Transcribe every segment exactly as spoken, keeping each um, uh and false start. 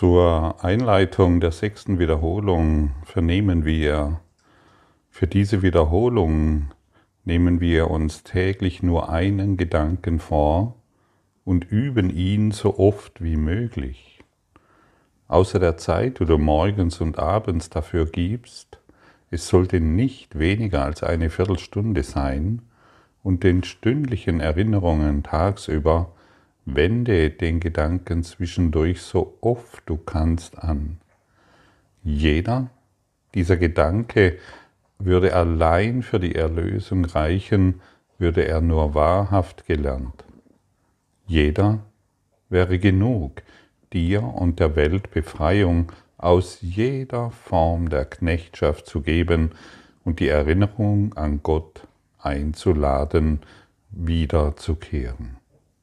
Zur Einleitung der sechsten Wiederholung vernehmen wir, für diese Wiederholung nehmen wir uns täglich nur einen Gedanken vor und üben ihn so oft wie möglich. Außer der Zeit, die du morgens und abends dafür gibst, es sollte nicht weniger als eine Viertelstunde sein, und den stündlichen Erinnerungen tagsüber wende den Gedanken zwischendurch so oft du kannst an. Jeder dieser Gedanke würde allein für die Erlösung reichen, würde er nur wahrhaft gelernt. Jeder wäre genug, dir und der Welt Befreiung aus jeder Form der Knechtschaft zu geben und die Erinnerung an Gott einzuladen, wiederzukehren.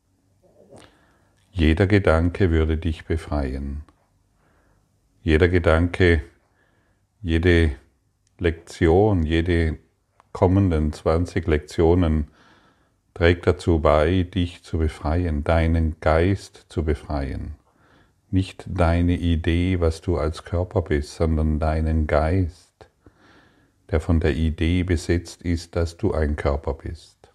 Jeder Gedanke würde dich befreien. Jeder Gedanke, jede Lektion, jede kommenden zwanzig Lektionen trägt dazu bei, dich zu befreien, deinen Geist zu befreien. Nicht deine Idee, was du als Körper bist, sondern deinen Geist, der von der Idee besetzt ist, dass du ein Körper bist.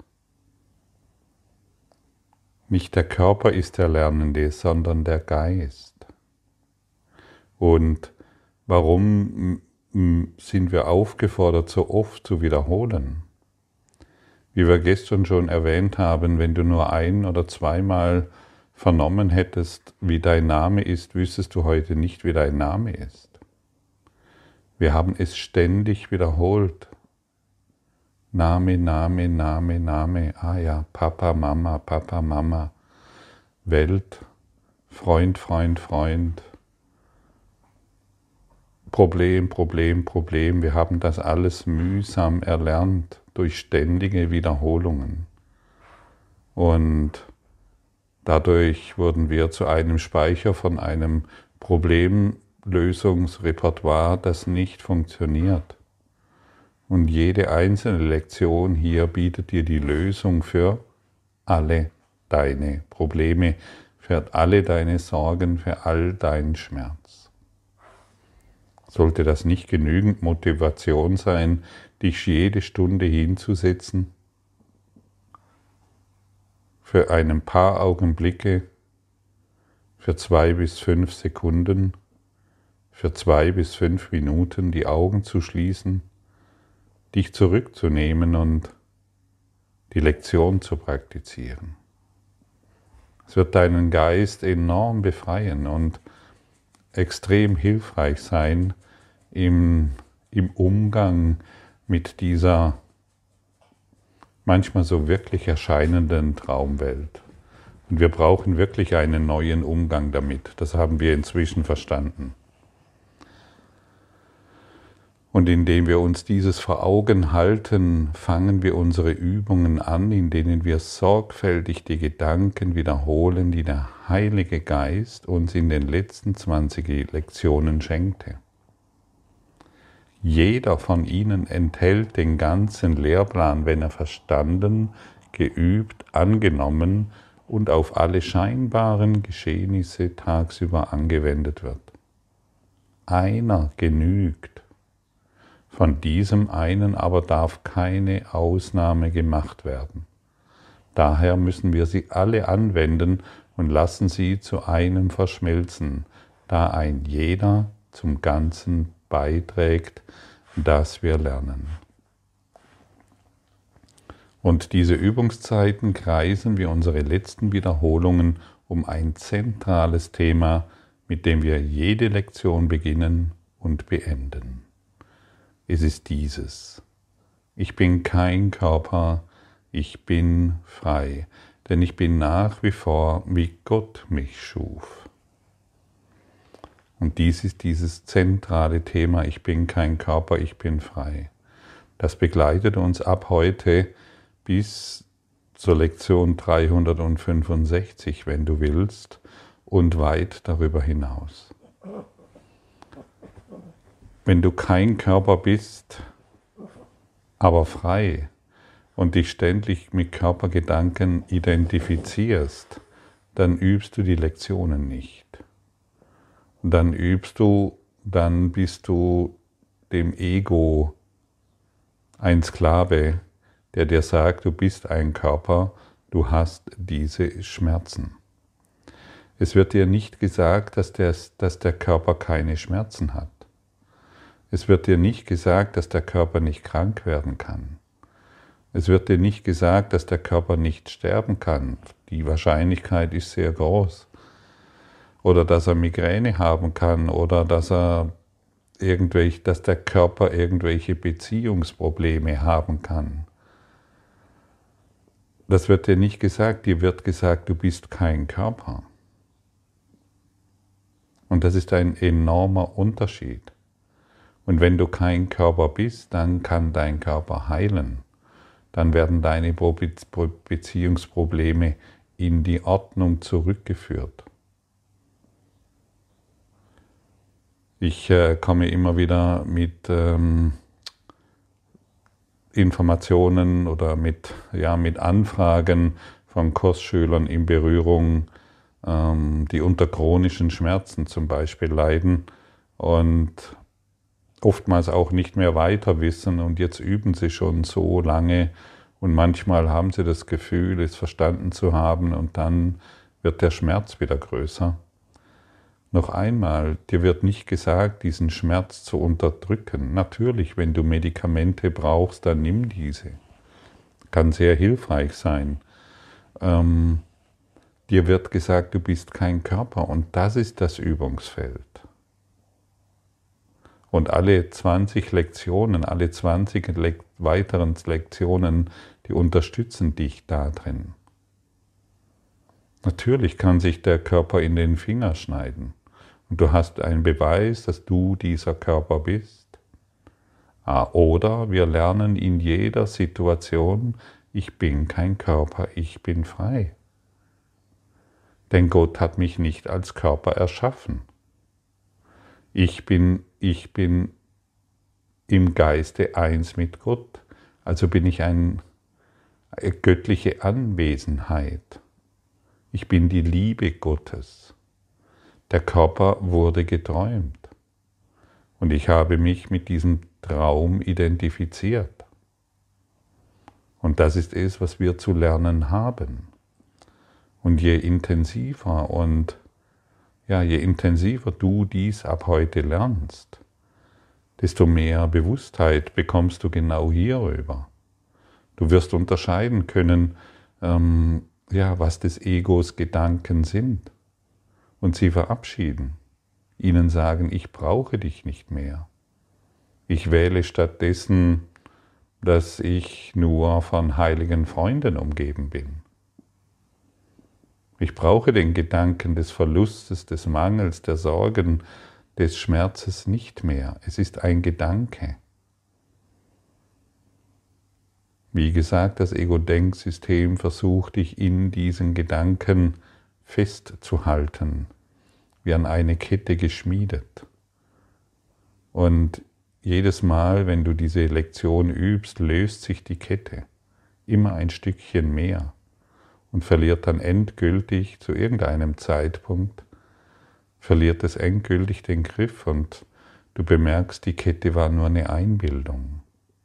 Nicht der Körper ist der Lernende, sondern der Geist. Und warum sind wir aufgefordert, so oft zu wiederholen? Wie wir gestern schon erwähnt haben, wenn du nur ein- oder zweimal vernommen hättest, wie dein Name ist, wüsstest du heute nicht, wie dein Name ist. Wir haben es ständig wiederholt. Name, Name, Name, Name. Ah ja, Papa, Mama, Papa, Mama. Welt, Freund, Freund, Freund. Problem, Problem, Problem. Wir haben das alles mühsam erlernt durch ständige Wiederholungen. Und dadurch wurden wir zu einem Speicher von einem Problemlösungsrepertoire, das nicht funktioniert. Und jede einzelne Lektion hier bietet dir die Lösung für alle deine Probleme, für alle deine Sorgen, für all deinen Schmerz. Sollte das nicht genügend Motivation sein, dich jede Stunde hinzusetzen? Für ein paar Augenblicke, für zwei bis fünf Sekunden, für zwei bis fünf Minuten die Augen zu schließen, dich zurückzunehmen und die Lektion zu praktizieren. Es wird deinen Geist enorm befreien und extrem hilfreich sein im, im Umgang mit dieser manchmal so wirklich erscheinenden Traumwelt. Und wir brauchen wirklich einen neuen Umgang damit. Das haben wir inzwischen verstanden. Und indem wir uns dieses vor Augen halten, fangen wir unsere Übungen an, in denen wir sorgfältig die Gedanken wiederholen, die der Heilige Geist uns in den letzten zwanzig Lektionen schenkte. Jeder von ihnen enthält den ganzen Lehrplan, wenn er verstanden, geübt, angenommen und auf alle scheinbaren Geschehnisse tagsüber angewendet wird. Einer genügt. Von diesem einen aber darf keine Ausnahme gemacht werden. Daher müssen wir sie alle anwenden und lassen sie zu einem verschmelzen, da ein jeder zum Ganzen beiträgt, das wir lernen. Und diese Übungszeiten kreisen wie unsere letzten Wiederholungen um ein zentrales Thema, mit dem wir jede Lektion beginnen und beenden. Es ist dieses: Ich bin kein Körper, ich bin frei, denn ich bin nach wie vor, wie Gott mich schuf. Und dies ist dieses zentrale Thema: Ich bin kein Körper, ich bin frei. Das begleitet uns ab heute bis zur Lektion dreihundertfünfundsechzig, wenn du willst, und weit darüber hinaus. Wenn du kein Körper bist, aber frei und dich ständig mit dann übst du, dann bist du dem Ego ein Sklave, der dir sagt, du bist ein Körper, du hast diese Schmerzen. Es wird dir nicht gesagt, dass der, dass der Körper keine Schmerzen hat. Es wird dir nicht gesagt, dass der Körper nicht krank werden kann. Es wird dir nicht gesagt, dass der Körper nicht sterben kann. Die Wahrscheinlichkeit ist sehr groß. Oder dass er Migräne haben kann oder dass er irgendwelche, dass der Körper irgendwelche Beziehungsprobleme haben kann. Das wird dir nicht gesagt, dir wird gesagt, du bist kein Körper. Und das ist ein enormer Unterschied. Und wenn du kein Körper bist, dann kann dein Körper heilen. Dann werden deine Beziehungsprobleme in die Ordnung zurückgeführt. Ich äh, komme immer wieder mit ähm, Informationen oder mit, ja, mit Anfragen von Kursschülern in Berührung, ähm, die unter chronischen Schmerzen zum Beispiel leiden und oftmals auch nicht mehr weiter wissen und jetzt üben sie schon so lange und manchmal haben sie das Gefühl, es verstanden zu haben und dann wird der Schmerz wieder größer. Noch einmal, dir wird nicht gesagt, diesen Schmerz zu unterdrücken. Natürlich, wenn du Medikamente brauchst, dann nimm diese. Kann sehr hilfreich sein. Ähm, dir wird gesagt, du bist kein Körper und das ist das Übungsfeld. Und alle zwanzig Lektionen, alle zwanzig Le- weiteren Lektionen, die unterstützen dich da drin. Natürlich kann sich der Körper in den Finger schneiden. Und du hast einen Beweis, dass du dieser Körper bist. Oder wir lernen in jeder Situation, ich bin kein Körper, ich bin frei. Denn Gott hat mich nicht als Körper erschaffen. Ich bin, ich bin im Geiste eins mit Gott. Also bin ich eine göttliche Anwesenheit. Ich bin die Liebe Gottes. Der Körper wurde geträumt und ich habe mich mit diesem Traum identifiziert. Und das ist es, was wir zu lernen haben. Und je intensiver und ja, je intensiver du dies ab heute lernst, desto mehr Bewusstheit bekommst du genau hierüber. Du wirst unterscheiden können, ähm, ja, was des Egos Gedanken sind. Und sie verabschieden, ihnen sagen, ich brauche dich nicht mehr. Ich wähle stattdessen, dass ich nur von heiligen Freunden umgeben bin. Ich brauche den Gedanken des Verlustes, des Mangels, der Sorgen, des Schmerzes nicht mehr. Es ist ein Gedanke. Wie gesagt, das Ego-Denksystem versucht dich in diesen Gedanken festzuhalten, wie an eine Kette geschmiedet. Und jedes Mal, wenn du diese Lektion übst, löst sich die Kette immer ein Stückchen mehr und verliert dann endgültig zu irgendeinem Zeitpunkt, verliert es endgültig den Griff und du bemerkst, die Kette war nur eine Einbildung.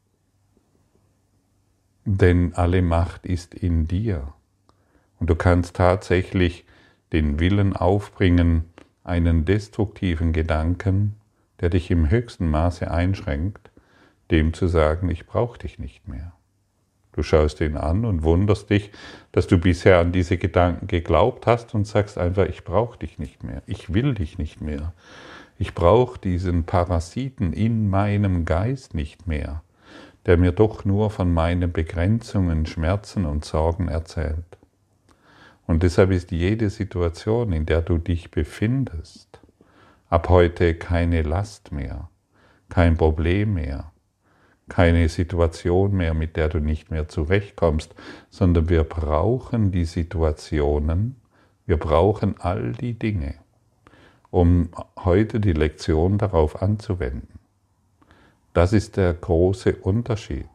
Denn alle Macht ist in dir und du kannst tatsächlich den Willen aufbringen, einen destruktiven Gedanken, der dich im höchsten Maße einschränkt, dem zu sagen, ich brauche dich nicht mehr. Du schaust ihn an und wunderst dich, dass du bisher an diese Gedanken geglaubt hast und sagst einfach, ich brauche dich nicht mehr, ich will dich nicht mehr. Ich brauche diesen Parasiten in meinem Geist nicht mehr, der mir doch nur von meinen Begrenzungen, Schmerzen und Sorgen erzählt. Und deshalb ist jede Situation, in der du dich befindest, ab heute keine Last mehr, kein Problem mehr, keine Situation mehr, mit der du nicht mehr zurechtkommst, sondern wir brauchen die Situationen, wir brauchen all die Dinge, um heute die Lektion darauf anzuwenden. Das ist der große Unterschied.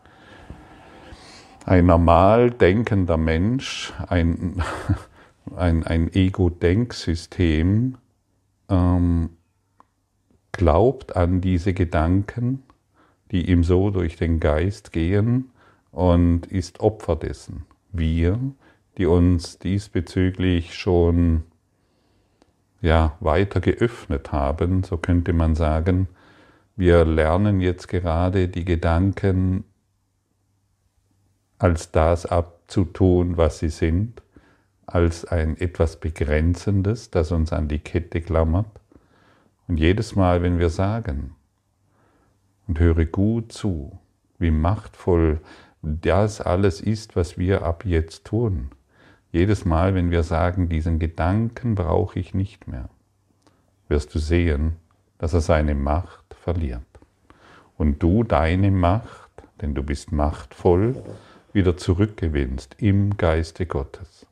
Ein normal denkender Mensch, ein, ein, ein Ego-Denksystem, ähm, glaubt an diese Gedanken, die ihm so durch den Geist gehen, und ist Opfer dessen. Wir, die uns diesbezüglich schon ja, weiter geöffnet haben, so könnte man sagen, wir lernen jetzt gerade die Gedanken als das abzutun, was sie sind, als ein etwas Begrenzendes, das uns an die Kette klammert. Und jedes Mal, wenn wir sagen, und höre gut zu, wie machtvoll das alles ist, was wir ab jetzt tun. Jedes Mal, wenn wir sagen, diesen Gedanken brauche ich nicht mehr, wirst du sehen, dass er seine Macht verliert. Und du deine Macht, denn du bist machtvoll, wieder zurückgewinnst im Geiste Gottes.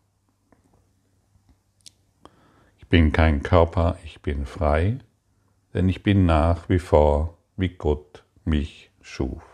Ich bin kein Körper, ich bin frei, denn ich bin nach wie vor, wie Gott mich schuf.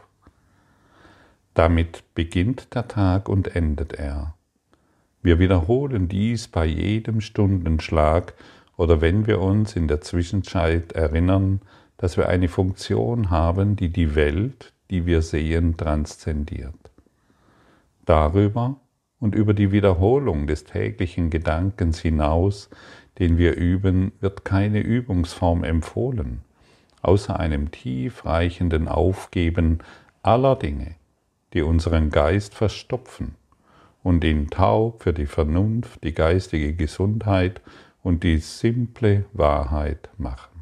Damit beginnt der Tag und endet er. Wir wiederholen dies bei jedem Stundenschlag oder wenn wir uns in der Zwischenzeit erinnern, dass wir eine Funktion haben, die die Welt, die wir sehen, transzendiert. Darüber und über die Wiederholung des täglichen Gedankens hinaus, den wir üben, wird keine Übungsform empfohlen, außer einem tiefreichenden Aufgeben aller Dinge, die unseren Geist verstopfen und ihn taub für die Vernunft, die geistige Gesundheit und die simple Wahrheit machen.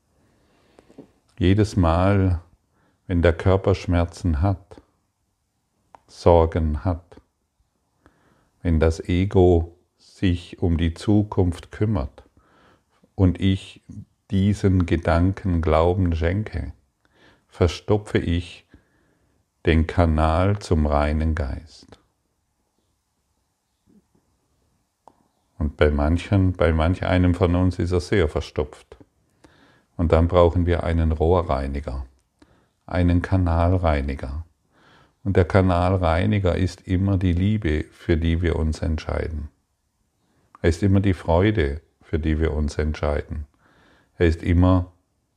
Jedes Mal, wenn der Körper Schmerzen hat, Sorgen hat, wenn das Ego sich um die Zukunft kümmert und ich diesen Gedanken Glauben schenke, verstopfe ich den Kanal zum reinen Geist. Und bei manchen, bei manch einem von uns ist er sehr verstopft. Und dann brauchen wir einen Rohrreiniger, einen Kanalreiniger. Und der Kanalreiniger ist immer die Liebe, für die wir uns entscheiden. Er ist immer die Freude, für die wir uns entscheiden. Er ist immer,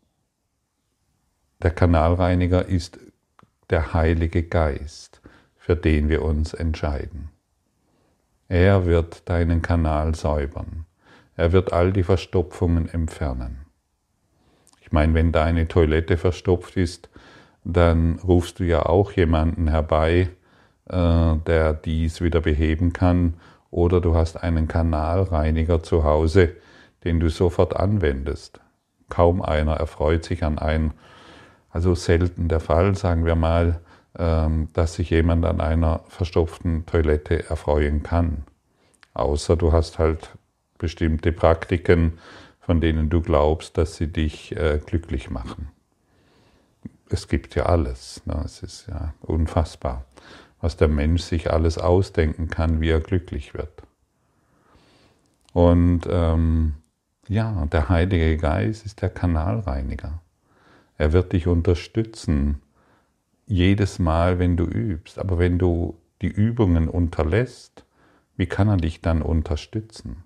der Kanalreiniger ist der Heilige Geist, für den wir uns entscheiden. Er wird deinen Kanal säubern. Er wird all die Verstopfungen entfernen. Ich meine, wenn deine Toilette verstopft ist, dann rufst du ja auch jemanden herbei, äh, der dies wieder beheben kann, oder du hast einen Kanalreiniger zu Hause, den du sofort anwendest. Kaum einer erfreut sich an einen, also selten der Fall, sagen wir mal, äh, dass sich jemand an einer verstopften Toilette erfreuen kann. Außer du hast halt bestimmte Praktiken, von denen du glaubst, dass sie dich äh, glücklich machen. Es gibt ja alles. Ne? Es ist ja unfassbar, was der Mensch sich alles ausdenken kann, wie er glücklich wird. Und ähm, ja, der Heilige Geist ist der Kanalreiniger. Er wird dich unterstützen, jedes Mal, wenn du übst. Aber wenn du die Übungen unterlässt, wie kann er dich dann unterstützen?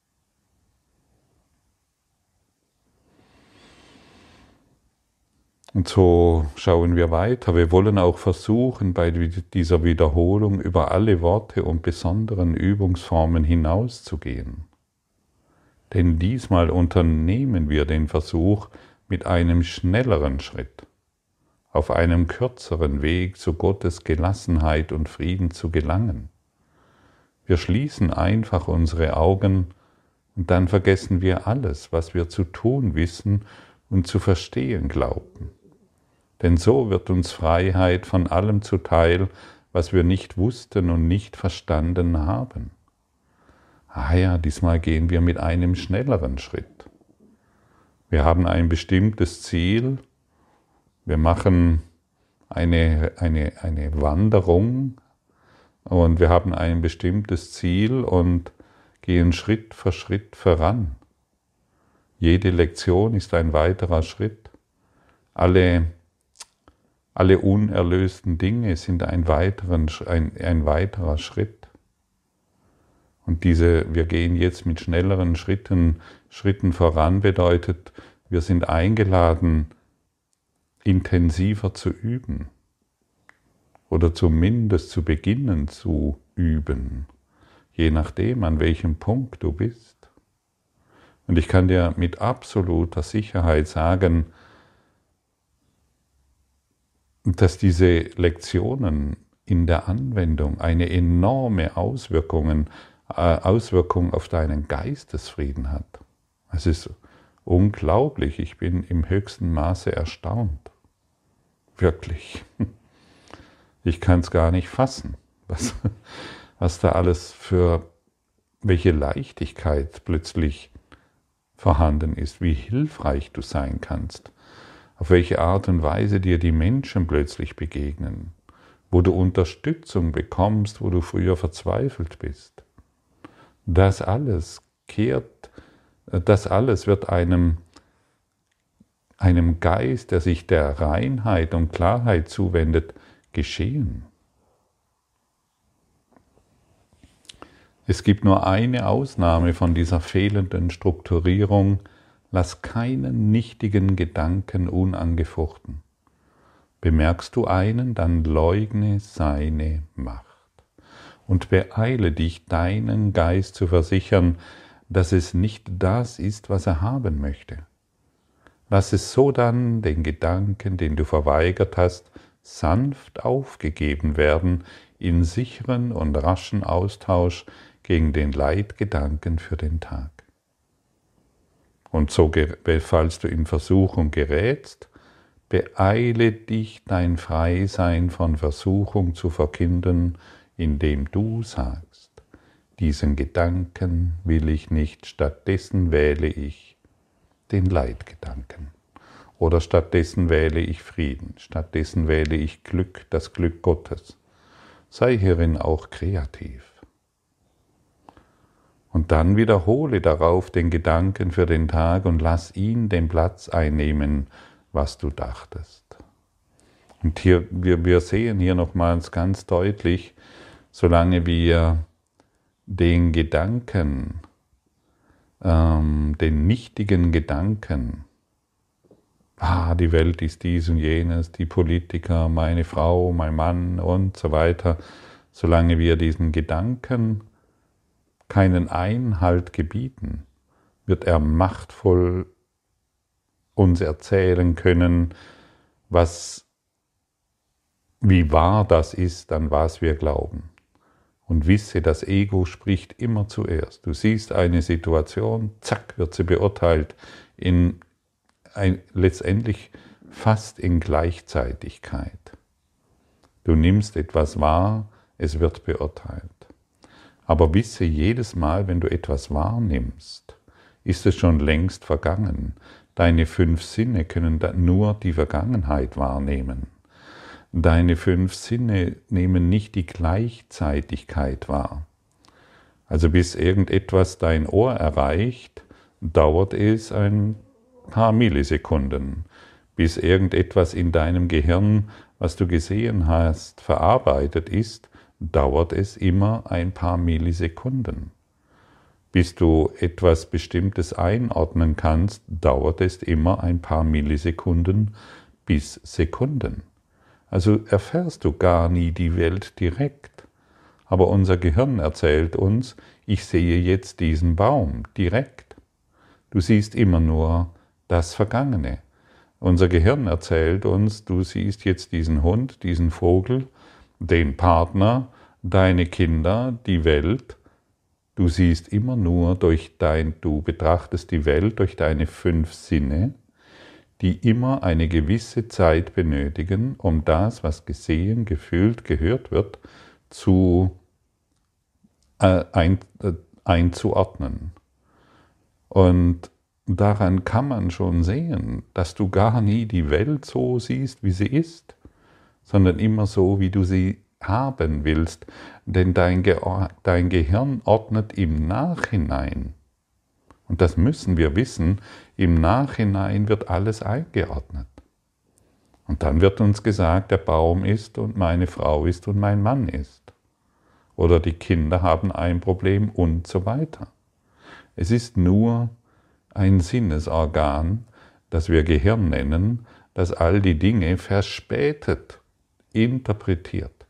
Und so schauen wir weiter. Wir wollen auch versuchen, bei dieser Wiederholung über alle Worte und besonderen Übungsformen hinauszugehen. Denn diesmal unternehmen wir den Versuch mit einem schnelleren Schritt, auf einem kürzeren Weg zu Gottes Gelassenheit und Frieden zu gelangen. Wir schließen einfach unsere Augen und dann vergessen wir alles, was wir zu tun wissen und zu verstehen glaubten. Denn so wird uns Freiheit von allem zuteil, was wir nicht wussten und nicht verstanden haben. Ah ja, diesmal gehen wir mit einem schnelleren Schritt. Wir haben ein bestimmtes Ziel, wir machen eine, eine, eine Wanderung und wir haben ein bestimmtes Ziel und gehen Schritt für Schritt voran. Jede Lektion ist ein weiterer Schritt. Alle Alle unerlösten Dinge sind ein, weiteren, ein, ein weiterer Schritt. Und diese, wir gehen jetzt mit schnelleren Schritten, Schritten voran, bedeutet, wir sind eingeladen, intensiver zu üben oder zumindest zu beginnen zu üben, je nachdem, an welchem Punkt du bist. Und ich kann dir mit absoluter Sicherheit sagen, dass diese Lektionen in der Anwendung eine enorme Auswirkungen, äh, Auswirkung auf deinen Geistesfrieden hat. Es ist unglaublich, ich bin im höchsten Maße erstaunt. Wirklich. Ich kann es gar nicht fassen, was, was da alles für, welche Leichtigkeit plötzlich vorhanden ist, wie hilfreich du sein kannst, auf welche Art und Weise dir die Menschen plötzlich begegnen, wo du Unterstützung bekommst, wo du früher verzweifelt bist. Das alles kehrt, das alles wird einem, einem Geist, der sich der Reinheit und Klarheit zuwendet, geschehen. Es gibt nur eine Ausnahme von dieser fehlenden Strukturierung: lass keinen nichtigen Gedanken unangefochten. Bemerkst du einen, dann leugne seine Macht und beeile dich, deinen Geist zu versichern, dass es nicht das ist, was er haben möchte. Lass es sodann den Gedanken, den du verweigert hast, sanft aufgegeben werden in sicheren und raschen Austausch gegen den Leitgedanken für den Tag. Und so, falls du in Versuchung gerätst, beeile dich, dein Freisein von Versuchung zu verkünden, indem du sagst: Diesen Gedanken will ich nicht, stattdessen wähle ich den Leitgedanken. Oder stattdessen wähle ich Frieden, stattdessen wähle ich Glück, das Glück Gottes. Sei hierin auch kreativ. Und dann wiederhole darauf den Gedanken für den Tag und lass ihn den Platz einnehmen, was du dachtest. Und hier, wir, wir sehen hier nochmals ganz deutlich, solange wir den Gedanken, ähm, den nichtigen Gedanken, ah, die Welt ist dies und jenes, die Politiker, meine Frau, mein Mann und so weiter, solange wir diesen Gedanken keinen Einhalt gebieten, wird er machtvoll uns erzählen können, was, wie wahr das ist, an was wir glauben. Und wisse, das Ego spricht immer zuerst. Du siehst eine Situation, zack, wird sie beurteilt, in ein, letztendlich fast in Gleichzeitigkeit. Du nimmst etwas wahr, es wird beurteilt. Aber wisse, jedes Mal, wenn du etwas wahrnimmst, ist es schon längst vergangen. Deine fünf Sinne können nur die Vergangenheit wahrnehmen. Deine fünf Sinne nehmen nicht die Gleichzeitigkeit wahr. Also bis irgendetwas dein Ohr erreicht, dauert es ein paar Millisekunden. Bis irgendetwas in deinem Gehirn, was du gesehen hast, verarbeitet ist, dauert es immer ein paar Millisekunden. Bis du etwas Bestimmtes einordnen kannst, dauert es immer ein paar Millisekunden bis Sekunden. Also erfährst du gar nie die Welt direkt. Aber unser Gehirn erzählt uns, ich sehe jetzt diesen Baum direkt. Du siehst immer nur das Vergangene. Unser Gehirn erzählt uns, du siehst jetzt diesen Hund, diesen Vogel, den Partner, deine Kinder, die Welt. Du siehst immer nur durch dein, du betrachtest die Welt durch deine fünf Sinne, die immer eine gewisse Zeit benötigen, um das, was gesehen, gefühlt, gehört wird, zu, äh, ein, äh, einzuordnen. Und daran kann man schon sehen, dass du gar nie die Welt so siehst, wie sie ist, sondern immer so, wie du sie haben willst. Denn dein, Ge- dein Gehirn ordnet im Nachhinein. Und das müssen wir wissen, im Nachhinein wird alles eingeordnet. Und dann wird uns gesagt, der Baum ist und meine Frau ist und mein Mann ist. oder die Kinder haben ein Problem und so weiter. Es ist nur ein Sinnesorgan, das wir Gehirn nennen, das all die Dinge verspätet interpretiert.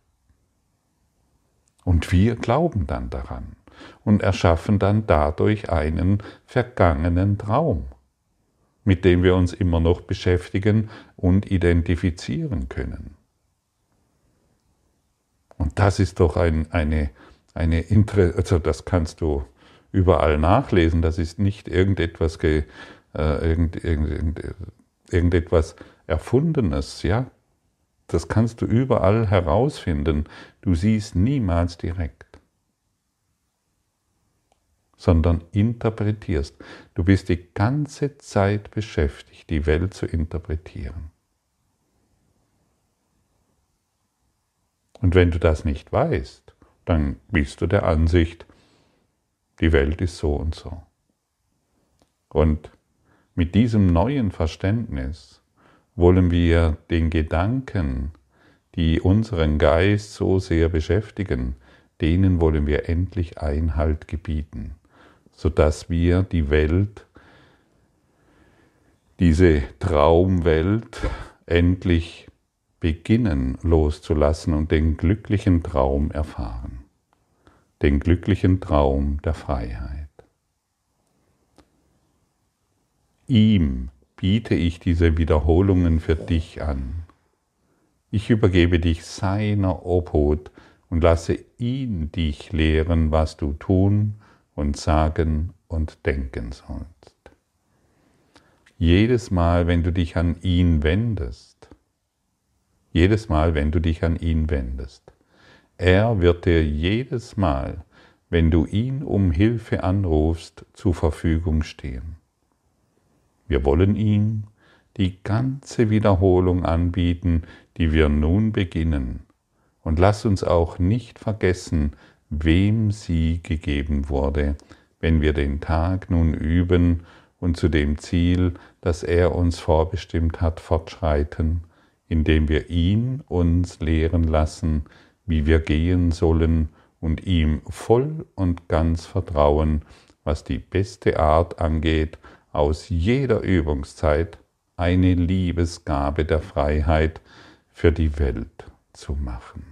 Und wir glauben dann daran und erschaffen dann dadurch einen vergangenen Traum, mit dem wir uns immer noch beschäftigen und identifizieren können. Und das ist doch ein, eine, eine Inter also das kannst du überall nachlesen, das ist nicht irgendetwas, ge, äh, irgend, irgend, irgendetwas Erfundenes, ja. Das kannst du überall herausfinden. Du siehst niemals direkt, sondern interpretierst. Du bist die ganze Zeit beschäftigt, die Welt zu interpretieren. Und wenn du das nicht weißt, dann bist du der Ansicht, die Welt ist so und so. Und mit diesem neuen Verständnis wollen wir den Gedanken, die unseren Geist so sehr beschäftigen, denen wollen wir endlich Einhalt gebieten, sodass wir die Welt, diese Traumwelt, endlich beginnen loszulassen und den glücklichen Traum erfahren, den glücklichen Traum der Freiheit. Ihm biete ich diese Wiederholungen für dich an. Ich übergebe dich seiner Obhut und lasse ihn dich lehren, was du tun und sagen und denken sollst. Jedes Mal, wenn du dich an ihn wendest, jedes Mal, wenn du dich an ihn wendest, er wird dir jedes Mal, wenn du ihn um Hilfe anrufst, zur Verfügung stehen. Wir wollen ihm die ganze Wiederholung anbieten, die wir nun beginnen. Und lass uns auch nicht vergessen, wem sie gegeben wurde, wenn wir den Tag nun üben und zu dem Ziel, das er uns vorbestimmt hat, fortschreiten, indem wir ihn uns lehren lassen, wie wir gehen sollen und ihm voll und ganz vertrauen, was die beste Art angeht, aus jeder Übungszeit eine Liebesgabe der Freiheit für die Welt zu machen.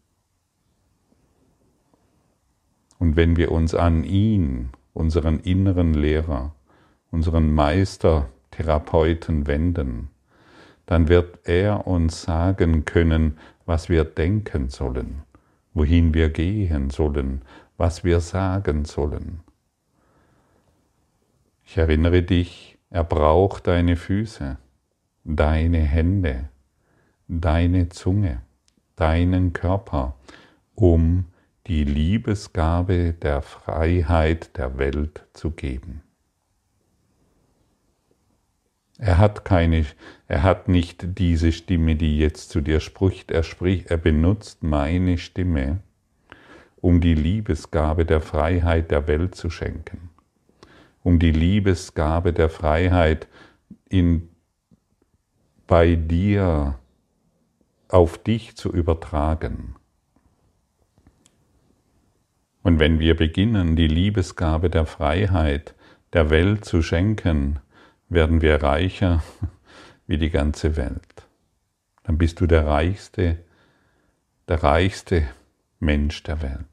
Und wenn wir uns an ihn, unseren inneren Lehrer, unseren Meister, Therapeuten wenden, dann wird er uns sagen können, was wir denken sollen, wohin wir gehen sollen, was wir sagen sollen. Ich erinnere dich, er braucht deine Füße, deine Hände, deine Zunge, deinen Körper, um die Liebesgabe der Freiheit der Welt zu geben. Er hat keine, er hat nicht diese Stimme, die jetzt zu dir spricht, er spricht, er benutzt meine Stimme, um die Liebesgabe der Freiheit der Welt zu schenken, um die Liebesgabe der Freiheit in, bei dir, auf dich zu übertragen. Und wenn wir beginnen, die Liebesgabe der Freiheit der Welt zu schenken, werden wir reicher wie die ganze Welt. Dann bist du der reichste, der reichste Mensch der Welt.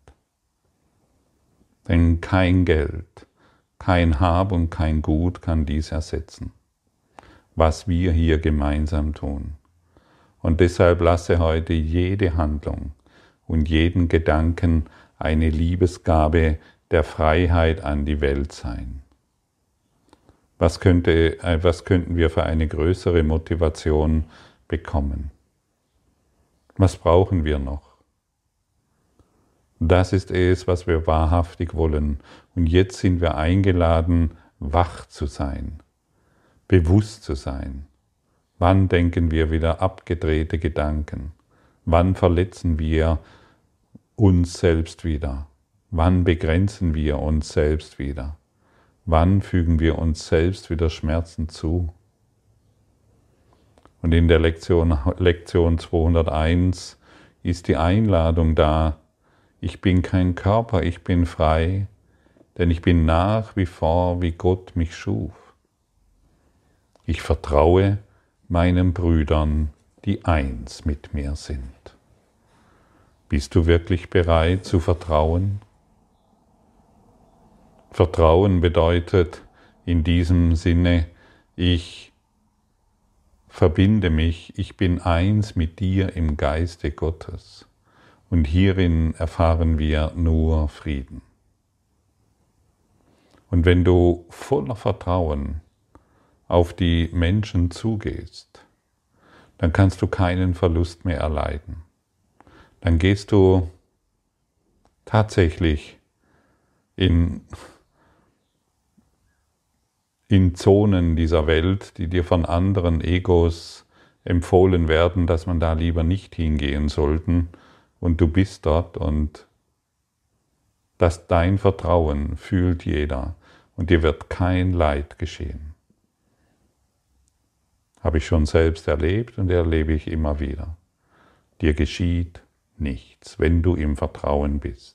Denn kein Geld, kein Hab und kein Gut kann dies ersetzen, was wir hier gemeinsam tun. Und deshalb lasse heute jede Handlung und jeden Gedanken eine Liebesgabe der Freiheit an die Welt sein. Was, könnte, was könnten wir für eine größere Motivation bekommen? Was brauchen wir noch? Das ist es, was wir wahrhaftig wollen. Und jetzt sind wir eingeladen, wach zu sein, bewusst zu sein. Wann denken wir wieder abgedrehte Gedanken? Wann verletzen wir uns selbst wieder? Wann begrenzen wir uns selbst wieder? Wann fügen wir uns selbst wieder Schmerzen zu? Und in der Lektion, Lektion zweihunderteins ist die Einladung da, Ich bin kein Körper, ich bin frei, denn ich bin nach wie vor, wie Gott mich schuf. Ich vertraue meinen Brüdern, die eins mit mir sind. Bist du wirklich bereit zu vertrauen? Vertrauen bedeutet in diesem Sinne, ich verbinde mich, ich bin eins mit dir im Geiste Gottes. Und hierin erfahren wir nur Frieden. Und wenn du voller Vertrauen auf die Menschen zugehst, dann kannst du keinen Verlust mehr erleiden. Dann gehst du tatsächlich in, in Zonen dieser Welt, die dir von anderen Egos empfohlen werden, dass man da lieber nicht hingehen sollte, und du bist dort und dass dein Vertrauen fühlt jeder und dir wird kein Leid geschehen. Habe ich schon selbst erlebt und erlebe ich immer wieder. Dir geschieht nichts, wenn du im Vertrauen bist.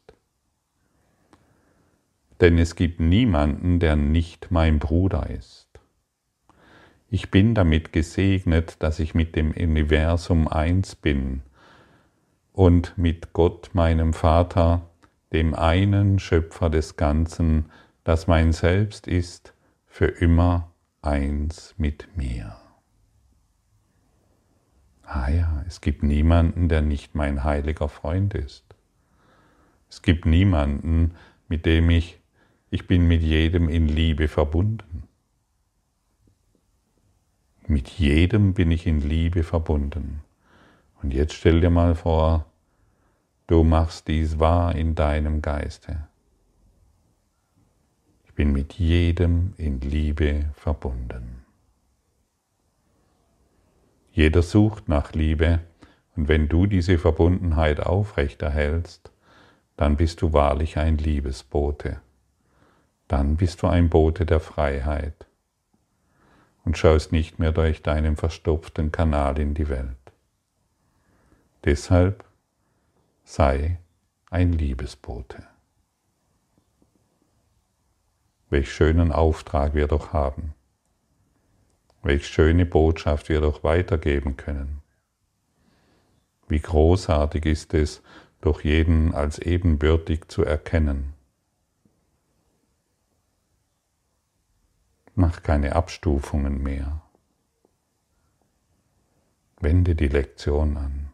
Denn es gibt niemanden, der nicht mein Bruder ist. Ich bin damit gesegnet, dass ich mit dem Universum eins bin und mit Gott, meinem Vater, dem einen Schöpfer des Ganzen, das mein Selbst ist, für immer eins mit mir. Ah ja, es gibt niemanden, der nicht mein heiliger Freund ist. Es gibt niemanden, mit dem ich, ich bin mit jedem in Liebe verbunden. Mit jedem bin ich in Liebe verbunden. Und jetzt stell dir mal vor, du machst dies wahr in deinem Geiste. Ich bin mit jedem in Liebe verbunden. Jeder sucht nach Liebe, und wenn du diese Verbundenheit aufrechterhältst, dann bist du wahrlich ein Liebesbote. Dann bist du ein Bote der Freiheit und schaust nicht mehr durch deinen verstopften Kanal in die Welt. Deshalb sei ein Liebesbote. Welch schönen Auftrag wir doch haben. Welch schöne Botschaft wir doch weitergeben können. Wie großartig ist es, doch jeden als ebenbürtig zu erkennen. Mach keine Abstufungen mehr. Wende die Lektion an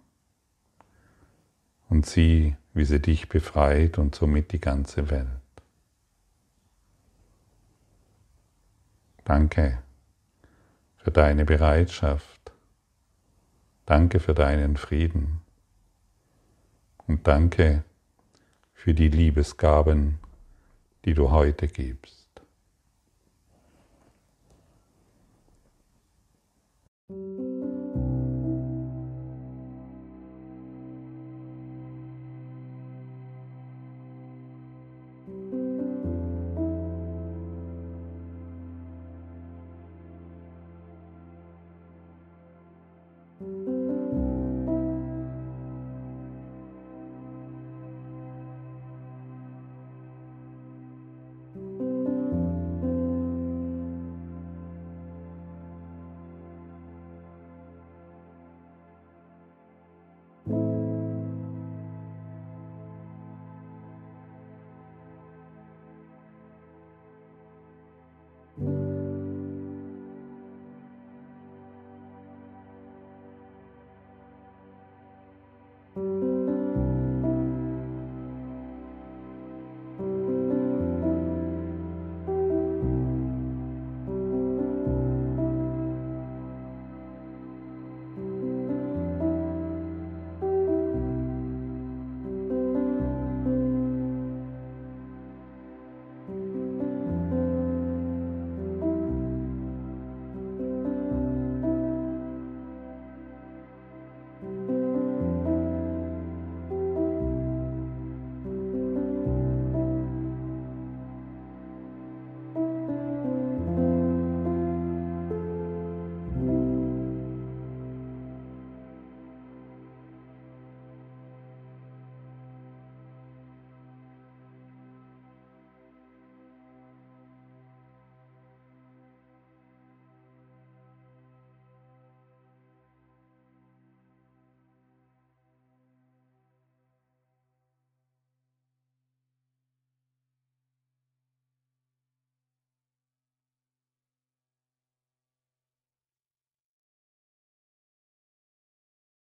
und sieh, wie sie dich befreit und somit die ganze Welt. Danke für deine Bereitschaft. Danke für deinen Frieden. Und danke für die Liebesgaben, die du heute gibst.